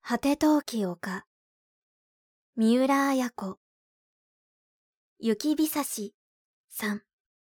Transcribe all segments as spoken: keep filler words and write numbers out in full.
果て陶器丘、三浦綾子、雪びさしさん。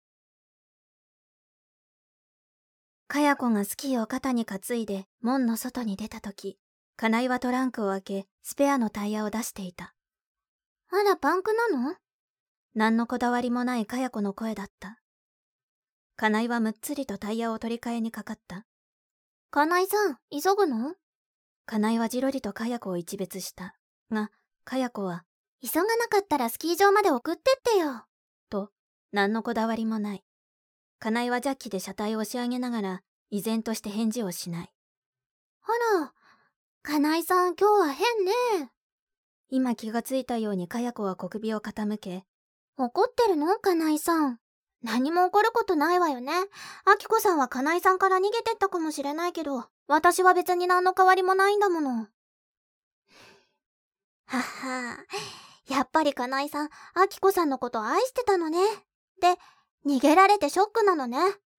かや子がスキーを肩に担いで門の外に出たとき、金井はトランクを開け、スペアのタイヤを出していた。 あら、パンクなの？ 何のこだわりもないかや子の声だった。金井はむっつりとタイヤを取り替えにかかった。 金井さん、急ぐの？ 金井はじろりとかや子を一別した。が、かや子は、 急がなかったらスキー場まで送ってってよ。 と、何のこだわりもない。金井はジャッキで車体を押し上げながら、依然として返事をしない。 あら、金井さん今日は変ね。 今気がついたようにかや子は小首を傾け、 怒ってるの？金井さん。何も起こることないわよね。あきこさんは金井さんから逃げてったかもしれないけど、私は別に何の変わりもないんだもの。はっはやっぱり金井さん、あきこさんのこと愛してたのね。で、逃げられてショックなのね。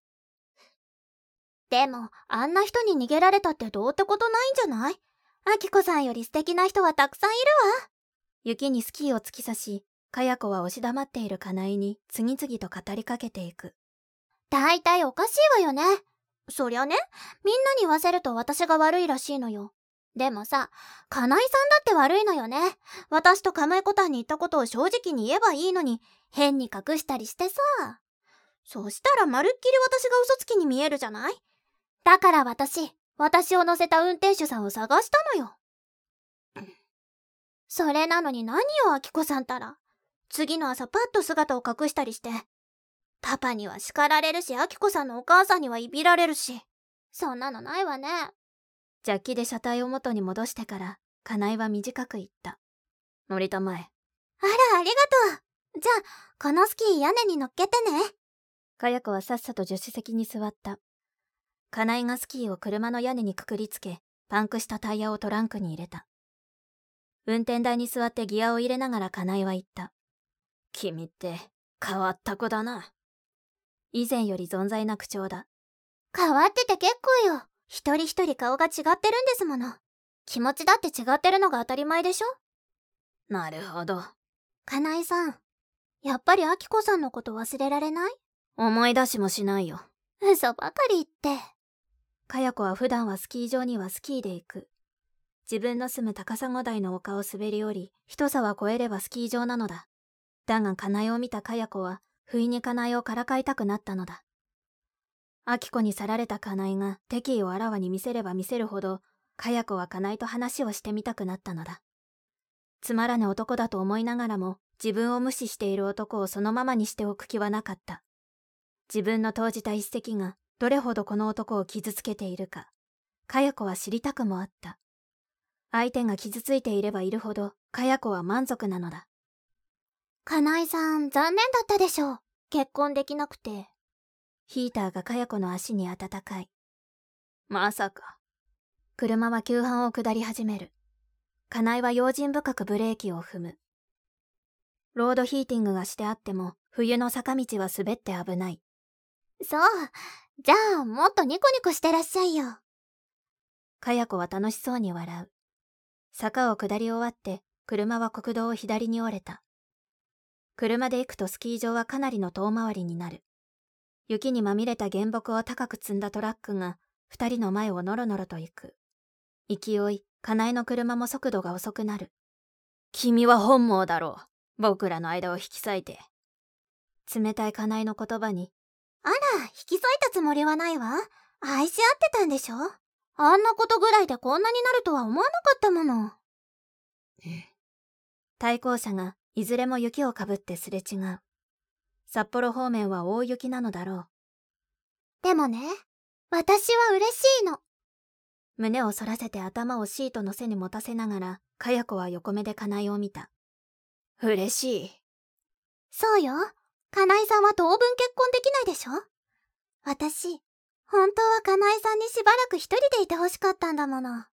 でも、あんな人に逃げられたってどうってことないんじゃない？あきこさんより素敵な人はたくさんいるわ。 雪にスキーを突き刺し、かや子は押し黙っている金井に次々と語りかけていく。 だいたいおかしいわよね。そりゃね、みんなに言わせると私が悪いらしいのよ。でもさ、金井さんだって悪いのよね。私とカムイコタンに言ったことを正直に言えばいいのに、変に隠したりしてさ。そしたらまるっきり私が嘘つきに見えるじゃない？だから私、私を乗せた運転手さんを探したのよ。それなのに何よ、アキコさんたら。次の朝パッと姿を隠したりして。パパには叱られるし、アキコさんのお母さんにはいびられるし。そんなのないわね。 ジャッキで車体を元に戻してから、金井は短く言った。乗りたまえ。 あら、ありがとう。じゃあ、このスキー屋根に乗っけてね。 かや子はさっさと助手席に座った。金井がスキーを車の屋根にくくりつけ、パンクしたタイヤをトランクに入れた。運転台に座ってギアを入れながら金井は言った。君って変わった子だな。以前より存在な口調だ。 変わってて結構よ。一人一人顔が違ってるんですもの。気持ちだって違ってるのが当たり前でしょ？ なるほど。 金井さん、やっぱりアキコさんのこと忘れられない？ 思い出しもしないよ。 嘘ばかり言って。 かや子は普段はスキー場にはスキーで行く。自分の住む高砂台の丘を滑り降り、一沢越えればスキー場なのだ。だが金井を見たかや子は、不意に金井をからかいたくなったのだ。あきこに去られた金井が敵意をあらわに見せれば見せるほど、かや子は金井と話をしてみたくなったのだ。つまらぬ男だと思いながらも、自分を無視している男をそのままにしておく気はなかった。自分の投じた一石がどれほどこの男を傷つけているか、かや子は知りたくもあった。相手が傷ついていればいるほど、かや子は満足なのだ。 金井さん、残念だったでしょう。結婚できなくて。 ヒーターがかや子の足に温かい。まさか。車は急坂を下り始める。金井は用心深くブレーキを踏む。ロードヒーティングがしてあっても、冬の坂道は滑って危ない。 そう。じゃあ、もっとニコニコしてらっしゃいよ。 かや子は楽しそうに笑う。坂を下り終わって、車は国道を左に折れた。車で行くとスキー場はかなりの遠回りになる。雪にまみれた原木を高く積んだトラックが、二人の前をノロノロと行く。勢い、金井の車も速度が遅くなる。君は本望だろう。僕らの間を引き裂いて。冷たい金井の言葉に。 あら、引き裂いたつもりはないわ。愛し合ってたんでしょ？あんなことぐらいでこんなになるとは思わなかったもの。 対向車がいずれも雪をかぶってすれ違う。札幌方面は大雪なのだろう。 でもね、私は嬉しいの。 胸を反らせて頭をシートの背に持たせながら、かや子は横目で金井を見た。嬉しい。 そうよ。金井さんは当分結婚できないでしょ？私、本当は金井さんにしばらく一人でいてほしかったんだもの。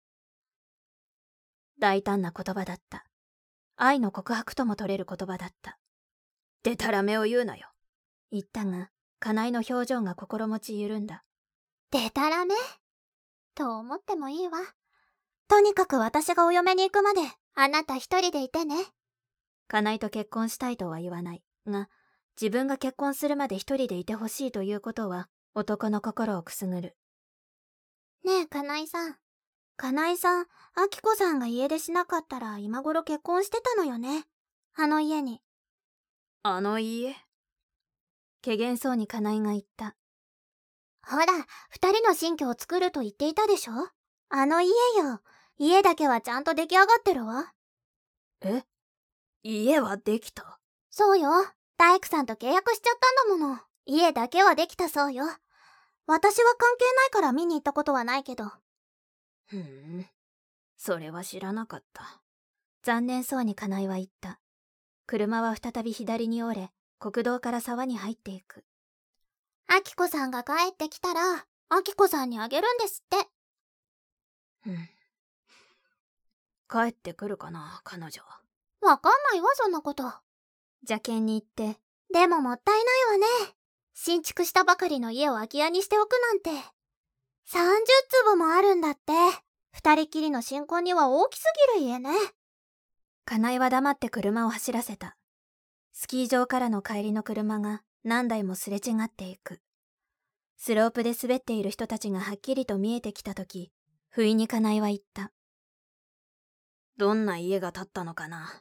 大胆な言葉だった。愛の告白とも取れる言葉だった。でたらめを言うなよ。言ったが、金井の表情が心持ち緩んだ。 でたらめと思ってもいいわ。 とにかく私がお嫁に行くまで、あなた一人でいてね。 カナイと結婚したいとは言わないが、自分が結婚するまで一人でいてほしいということは男の心をくすぐる。 ねえ、カナイさん。カナイさん、アキコさんが家出しなかったら今頃結婚してたのよね。あの家に。 あの家？怪げそうにカナイが言った。 ほら、二人の新居を作ると言っていたでしょ？あの家よ。家だけはちゃんと出来上がってるわ。 え？家はできた？ そうよ。大工さんと契約しちゃったんだもの。家だけはできたそうよ。私は関係ないから見に行ったことはないけど。 ふーん。それは知らなかった。残念そうにカナイは言った。車は再び左に折れ、国道から沢に入っていく。 アキコさんが帰ってきたら、アキコさんにあげるんですって。 うん。帰ってくるかな、彼女。 わかんないわ、そんなこと。 邪険に言って。 でももったいないわね。新築したばかりの家を空き家にしておくなんて。さんじゅっつぶもあるんだって。二人きりの新婚には大きすぎる家ね。 カナイは黙って車を走らせた。スキー場からの帰りの車が何台もすれ違っていく。スロープで滑っている人たちがはっきりと見えてきたとき、不意にカナイは言った。どんな家が建ったのかな。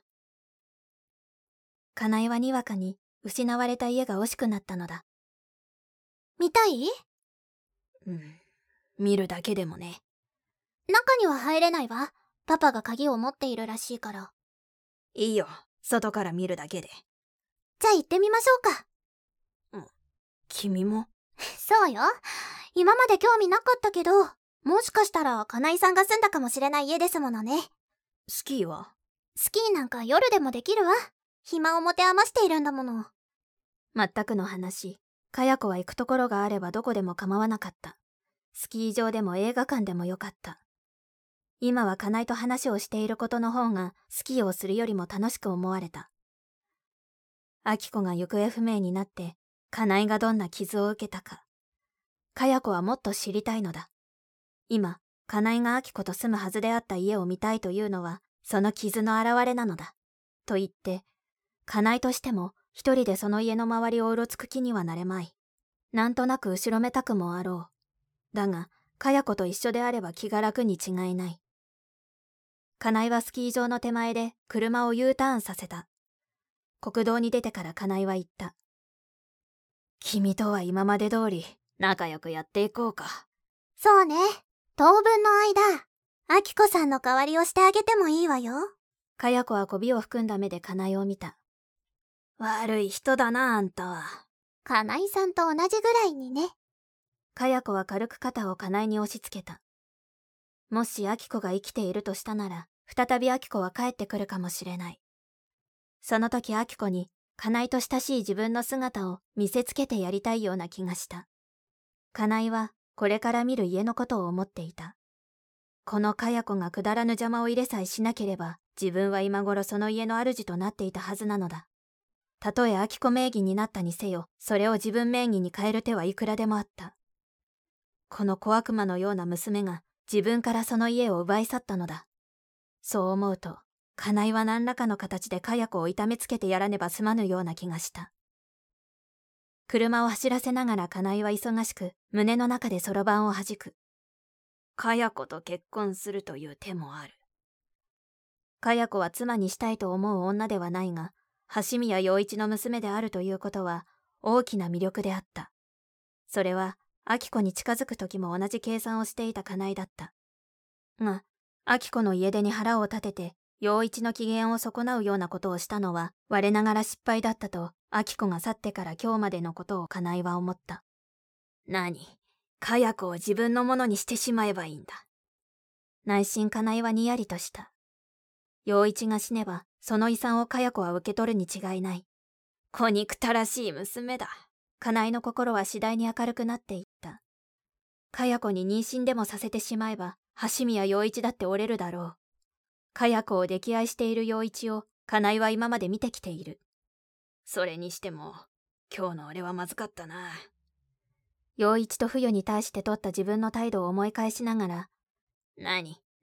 カナイはにわかに失われた家が惜しくなったのだ。 見たい？ うん、見るだけでもね。 中には入れないわ。パパが鍵を持っているらしいから。 いいよ、外から見るだけで。 じゃあ行ってみましょうか。 うん、君も？ そうよ。今まで興味なかったけど、もしかしたらカナイさんが住んだかもしれない家ですものね。 スキーは？ スキーなんか夜でもできるわ。暇を持て余しているんだもの。 全くの話、カヤ子は行くところがあればどこでも構わなかった。スキー場でも映画館でもよかった。今はカナイと話をしていることの方がスキーをするよりも楽しく思われた。アキコが行方不明になってカナイがどんな傷を受けたか、カヤ子はもっと知りたいのだ。今カナイがアキコと住むはずであった家を見たいというのはその傷の表れなのだと言って、カナイとしても一人でその家の周りをうろつく気にはなれまい。なんとなく後ろめたくもあろう。だがカヤ子と一緒であれば気が楽に違いない。カナイはスキー場の手前で車を U ターンさせた。国道に出てからカナイは言った。君とは今まで通り仲良くやっていこうか。 そうね。当分の間、アキコさんの代わりをしてあげてもいいわよ。 カヤ子は媚びを含んだ目でカナイを見た。悪い人だな、あんたは。 カナイさんと同じぐらいにね。 カヤ子は軽く肩をカナイに押し付けた。もしアキコが生きているとしたなら、再びアキコは帰ってくるかもしれない。その時アキコに、カナイと親しい自分の姿を見せつけてやりたいような気がした。カナイは、これから見る家のことを思っていた。このカヤ子がくだらぬ邪魔を入れさえしなければ、自分は今頃その家の主となっていたはずなのだ。たとえアキコ名義になったにせよ、それを自分名義に変える手はいくらでもあった。この小悪魔のような娘が、自分からその家を奪い去ったのだ。そう思うと、カナイは何らかの形でカヤ子を痛めつけてやらねば済まぬような気がした。車を走らせながらカナイは忙しく、胸の中でそろばんをはじく。カヤ子と結婚するという手もある。カヤ子は妻にしたいと思う女ではないが、橋宮陽一の娘であるということは大きな魅力であった。それは、アキコに近づく時も同じ計算をしていたカナイだった。が、アキコの家出に腹を立てて、陽一の機嫌を損なうようなことをしたのは、我ながら失敗だったと、アキコが去ってから今日までのことをカナイは思った。何、カヤ子を自分のものにしてしまえばいいんだ。内心カナイはにやりとした。陽一が死ねば、その遺産をカヤ子は受け取るに違いない。小憎たらしい娘だ。カナイの心は次第に明るくなっていった。カヤ子に妊娠でもさせてしまえば、橋宮陽一だって折れるだろう。カヤ子を溺愛している陽一を、カナイは今まで見てきている。それにしても、今日の俺はまずかったな。陽一と冬に対して取った自分の態度を思い返しながら、何、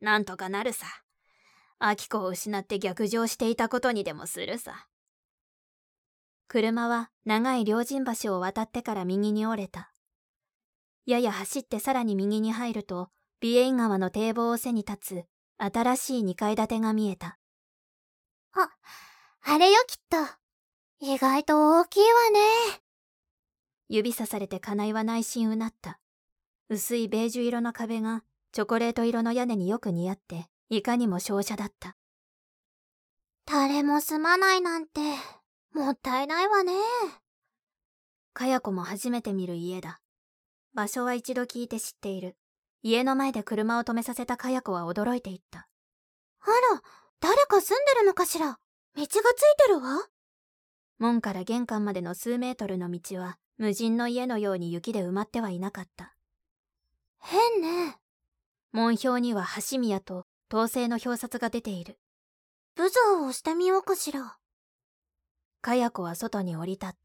なんとかなるさ。アキコを失って逆上していたことにでもするさ。車は長い両人橋を渡ってから右に折れた。やや走ってさらに右に入ると、ビエイ川の堤防を背に立つ新しい二階建てが見えた。 あ、あれよきっと。意外と大きいわね。 指さされて金井は内心うなった。薄いベージュ色の壁がチョコレート色の屋根によく似合って、いかにも瀟洒だった。 誰も住まないなんて、もったいないわね。 かや子も初めて見る家だ。場所は一度聞いて知っている。家の前で車を止めさせたかや子は驚いていった。 あら、誰か住んでるのかしら。道がついてるわ。 門から玄関までの数メートルの道は無人の家のように雪で埋まってはいなかった。 変ね。 門標には橋宮と統制の表札が出ている。 ブザーを押してみようかしら。 かや子は外に降り立った。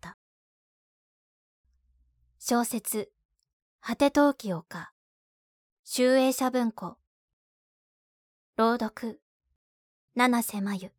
小説果て陶器丘、集英社文庫。朗読七瀬まゆ。